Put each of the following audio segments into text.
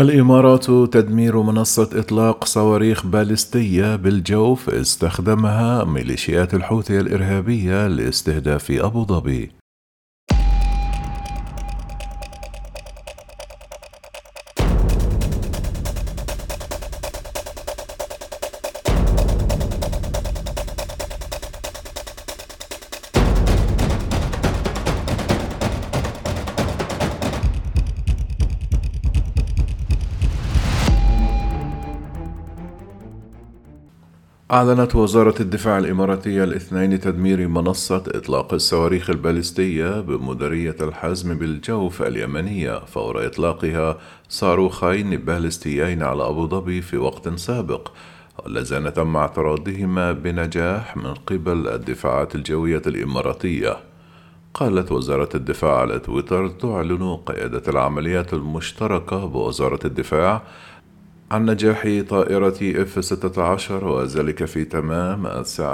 الإمارات تدمير منصة إطلاق صواريخ باليستية بالجوف استخدمها ميليشيات الحوثي الإرهابية لاستهداف أبوظبي. أعلنت وزارة الدفاع الإماراتية الاثنين تدمير منصة إطلاق الصواريخ الباليستية بمديرية الحزم بالجوف اليمنية فور إطلاقها صاروخين باليستيين على أبوظبي في وقت سابق، واللذان تم اعتراضهما بنجاح من قبل الدفاعات الجوية الإماراتية. قالت وزارة الدفاع على تويتر: تعلن قيادة العمليات المشتركة بوزارة الدفاع عن نجاح طائرة F-16 وذلك في تمام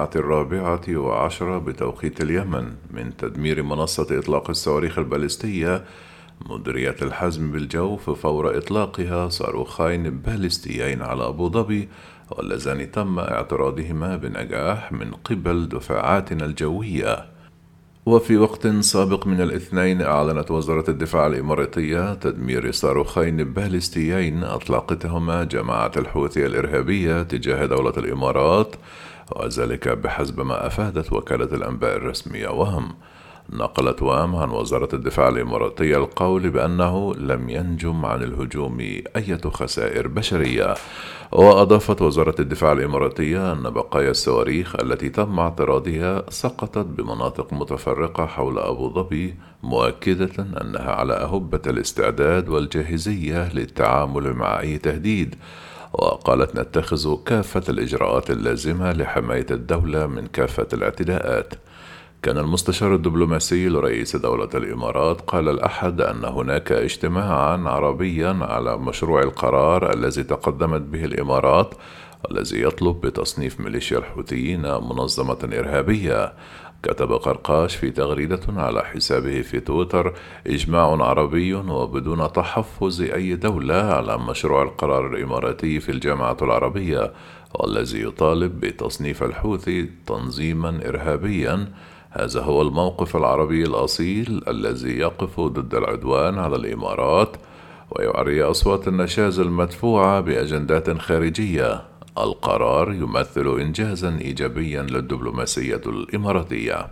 4:10 بتوقيت اليمن من تدمير منصة إطلاق الصواريخ الباليستية مديرية الحزم بالجوف فور إطلاقها صاروخين باليستيين على أبوظبي، واللذان تم اعتراضهما بنجاح من قبل دفاعاتنا الجوية. وفي وقت سابق من الاثنين أعلنت وزارة الدفاع الإماراتية تدمير صاروخين باليستيين أطلقتهما جماعة الحوثي الإرهابية تجاه دولة الإمارات، وذلك بحسب ما أفادت وكالة الأنباء الرسمية وهم. نقلت وام عن وزارة الدفاع الإماراتية القول بأنه لم ينجم عن الهجوم أي خسائر بشرية. وأضافت وزارة الدفاع الإماراتية أن بقايا الصواريخ التي تم اعتراضها سقطت بمناطق متفرقة حول أبوظبي، مؤكدة أنها على أهبة الاستعداد والجاهزية للتعامل مع أي تهديد. وقالت: نتخذ كافة الإجراءات اللازمة لحماية الدولة من كافة الاعتداءات. كان المستشار الدبلوماسي لرئيس دولة الإمارات قال الأحد أن هناك اجتماعًا عربيًا على مشروع القرار الذي تقدمت به الإمارات، الذي يطلب بتصنيف ميليشيا الحوثيين منظمة إرهابية. كتب قرقاش في تغريدة على حسابه في تويتر: إجماع عربي وبدون تحفظ أي دولة على مشروع القرار الإماراتي في الجامعة العربية، والذي يطالب بتصنيف الحوثي تنظيمًا إرهابيًا. هذا هو الموقف العربي الأصيل الذي يقف ضد العدوان على الإمارات ويعري أصوات النشاز المدفوعة بأجندات خارجية. القرار يمثل إنجازا إيجابيا للدبلوماسية الإماراتية.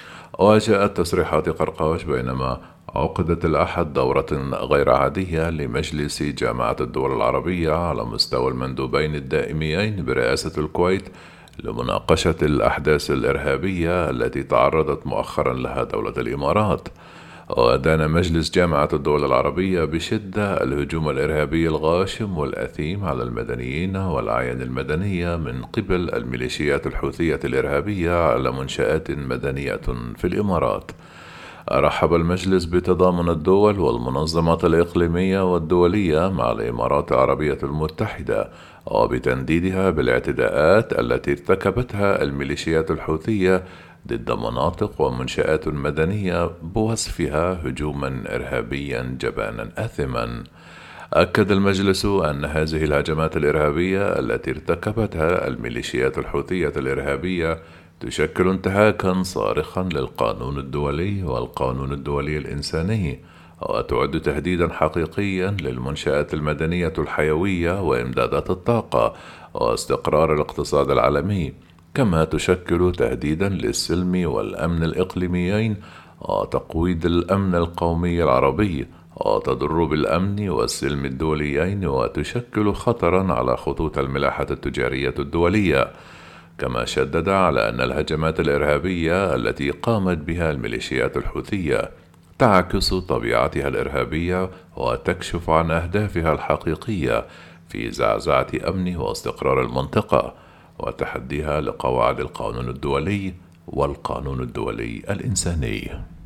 وجاءت تصريحات قرقاش بينما عقدت الأحد دورة غير عادية لمجلس جامعة الدول العربية على مستوى المندوبين الدائمين برئاسة الكويت لمناقشة الأحداث الإرهابية التي تعرضت مؤخرا لها دولة الإمارات. ودان مجلس جامعة الدول العربية بشدة الهجوم الإرهابي الغاشم والأثيم على المدنيين والأعيان المدنية من قبل الميليشيات الحوثية الإرهابية على منشآت مدنية في الإمارات. رحب المجلس بتضامن الدول والمنظمات الإقليمية والدولية مع الإمارات العربية المتحدة وبتنديدها بالاعتداءات التي ارتكبتها الميليشيات الحوثية ضد مناطق ومنشآت مدنية بوصفها هجوما إرهابيا جبانا آثما. أكد المجلس أن هذه الهجمات الإرهابية التي ارتكبتها الميليشيات الحوثية الإرهابية تشكل انتهاكا صارخا للقانون الدولي والقانون الدولي الإنساني، وتعد تهديدا حقيقيا للمنشآت المدنية الحيوية وإمدادات الطاقة واستقرار الاقتصاد العالمي، كما تشكل تهديدا للسلم والأمن الإقليميين وتقويض الأمن القومي العربي، وتضر بالأمن والسلم الدوليين، وتشكل خطرا على خطوط الملاحة التجارية الدولية. كما شدد على أن الهجمات الإرهابية التي قامت بها الميليشيات الحوثية تعكس طبيعتها الإرهابية وتكشف عن أهدافها الحقيقية في زعزعة أمن واستقرار المنطقة وتحديها لقواعد القانون الدولي والقانون الدولي الإنساني.